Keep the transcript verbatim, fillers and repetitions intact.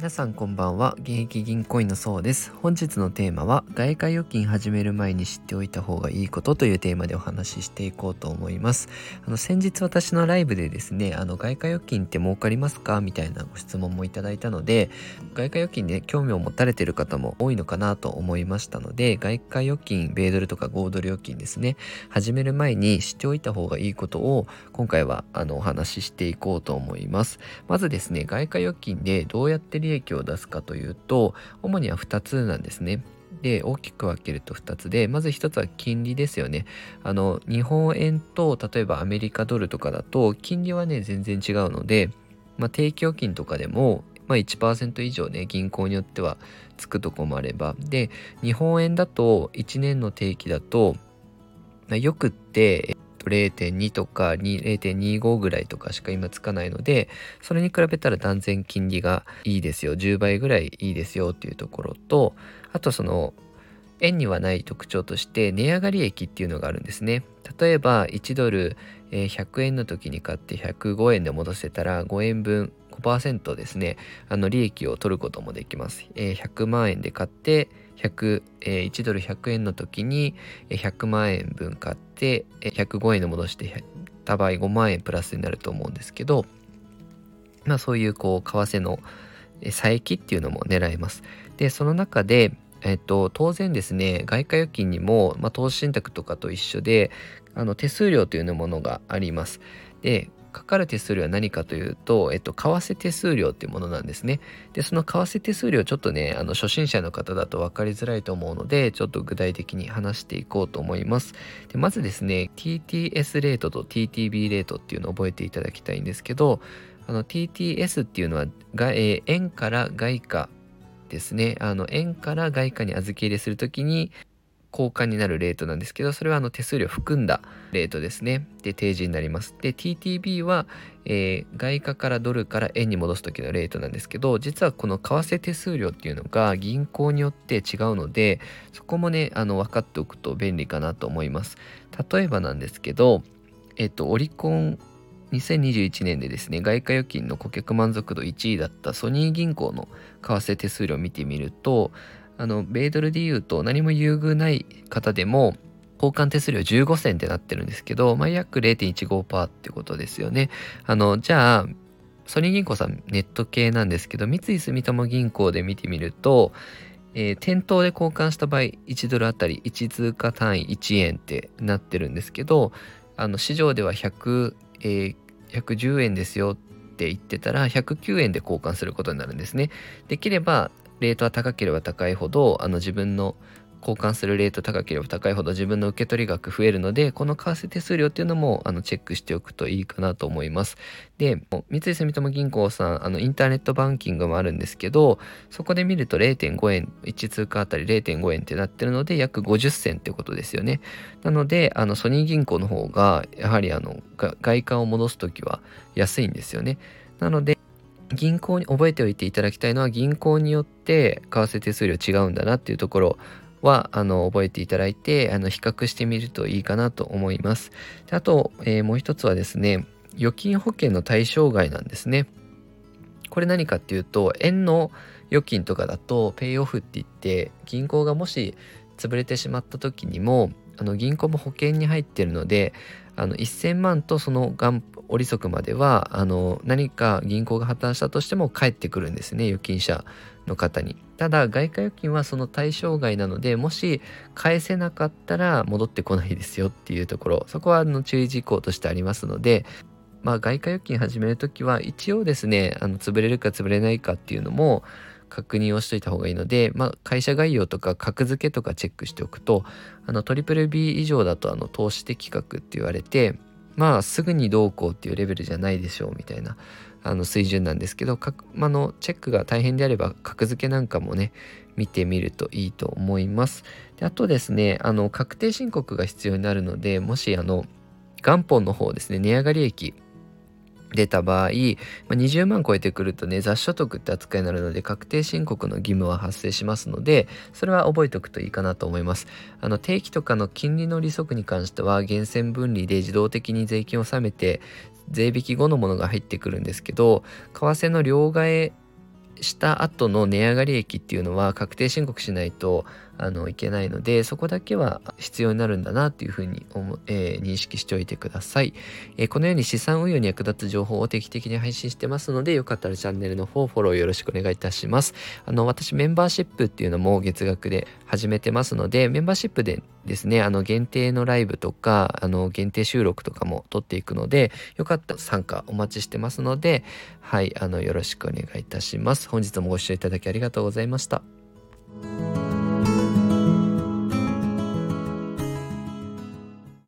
皆さんこんばんは。現役銀行員のそうです。本日のテーマは外貨預金始める前に知っておいた方がいいことというテーマでお話ししていこうと思います。あの先日私のライブでですね、あの外貨預金って儲かりますかみたいなご質問もいただいたので、外貨預金で興味を持たれている方も多いのかなと思いましたので、外貨預金、米ドルとか豪ドル預金ですね、始める前に知っておいた方がいいことを今回はあのお話ししていこうと思います。まずですね、外貨預金でどうやって利益を出すかというと、主にはふたつなんですね。で、大きく分けるとふたつで、まずひとつは金利ですよね。あの日本円と例えばアメリカドルとかだと金利はね全然違うので、まあ、定期預金とかでも、まあ、いちパーセント以上ね銀行によってはつくとこもあれば、で日本円だといちねんの定期だと、まあ、よくってゼロてんに とか ゼロてんにじゅうご ぐらいとかしか今つかないので、それに比べたら断然金利がいいですよ、じゅうばいぐらいいいですよっていうところと、あとその円にはない特徴として値上がり益っていうのがあるんですね。例えばいちドルひゃくえんの時に買ってひゃくごえんで戻せたらごえんぶん ごパーセント ですね、あの利益を取ることもできます。ひゃくまんえんで買ってひゃく、えー、いちドルひゃくえんの時にひゃくまんえんぶん買ってひゃくごえんで戻してた場合ごまんえんプラスになると思うんですけど、まあそういうこう為替の差益っていうのも狙えます。でその中でえっと、当然ですね、外貨預金にも、まあ、投資信託とかと一緒であの手数料というものがあります。でかかる手数料は何かというと、えっと、為替手数料っていうものなんですね。でその為替手数料ちょっとねあの初心者の方だと分かりづらいと思うので、ちょっと具体的に話していこうと思います。でまずですね ティーティーエス レートと ティーティービー レートっていうのを覚えていただきたいんですけど、あの ティーティーエス っていうのはが、えー円から外貨ですね、あの円から外貨に預け入れするときに交換になるレートなんですけど、それはあの手数料含んだレートですね。で提示になります。で ティーティービー は、えー、外貨からドルから円に戻す時のレートなんですけど、実はこの為替手数料っていうのが銀行によって違うので、そこもねあの分かっておくと便利かなと思います。例えばなんですけど、えっとオリコンにせんにじゅういちねんでですね、外貨預金の顧客満足度いちいだったソニー銀行の為替手数料を見てみると、あの米ドルでいうと何も優遇ない方でも交換手数料じゅうごせんってなってるんですけど、まあ、約 ゼロてんいちごパーセント ってことですよね。あのじゃあソニー銀行さんネット系なんですけど、三井住友銀行で見てみると、えー、店頭で交換した場合いちドルあたりいち通貨単位いちえんってなってるんですけど、あの市場ではひゃく、えー、ひゃくじゅうえんですよって言ってたらひゃくきゅうえんで交換することになるんですね。できればレートは高ければ高いほど、あの自分の交換するレート高ければ高いほど自分の受け取り額増えるので、この為替手数料っていうのもあのチェックしておくといいかなと思います。で三井住友銀行さん、あのインターネットバンキングもあるんですけど、そこで見ると ゼロてんごえん、いち通貨あたり ゼロてんごえんってなってるので約ごじゅっせんってことですよね。なのであのソニー銀行の方がやはりあの外貨を戻すときは安いんですよね。なので銀行に覚えておいていただきたいのは、銀行によって為替手数料違うんだなっていうところはあの覚えていただいて、あの比較してみるといいかなと思います。であと、えー、もう一つはですね、預金保険の対象外なんですね。これ何かっていうと、円の預金とかだとペイオフって言って、銀行がもし潰れてしまった時にもあの銀行も保険に入ってるので、あのせんまんとその元利息まではあの何か銀行が破綻したとしても返ってくるんですね、預金者の方に。ただ外貨預金はその対象外なので、もし返せなかったら戻ってこないですよっていうところ、そこはあの注意事項としてありますので、まあ外貨預金始めるときは一応ですね、あの潰れるか潰れないかっていうのも確認をしといた方がいいので、まあ、会社概要とか格付けとかチェックしておくと、あのトリプル ビー 以上だとあの投資的確って言われて、まあすぐにどうこうっていうレベルじゃないでしょうみたいなあの水準なんですけど、か、まあのチェックが大変であれば格付けなんかもね見てみるといいと思います。であとですね、あの確定申告が必要になるので、もしあの元本の方ですね、値上がり益出た場合、まあ、にじゅうまん超えてくるとね、雑所得って扱いになるので確定申告の義務は発生しますので、それは覚えておくといいかなと思います。あの定期とかの金利の利息に関しては源泉分離で自動的に税金を納めて税引き後のものが入ってくるんですけど、為替の両替した後の値上がり益っていうのは確定申告しないとあのいけないので、そこだけは必要になるんだなっていうふうに思、えー認識しておいてください。えーこのように資産運用に役立つ情報を定期的に配信してますので、よかったらチャンネルの方フォローよろしくお願いいたします。あの私メンバーシップっていうのも月額で始めてますので、メンバーシップでですね、あの限定のライブとかあの限定収録とかも撮っていくので、よかったら参加お待ちしてますので、はい、あのよろしくお願いいたします。本日もご視聴いただきありがとうございました。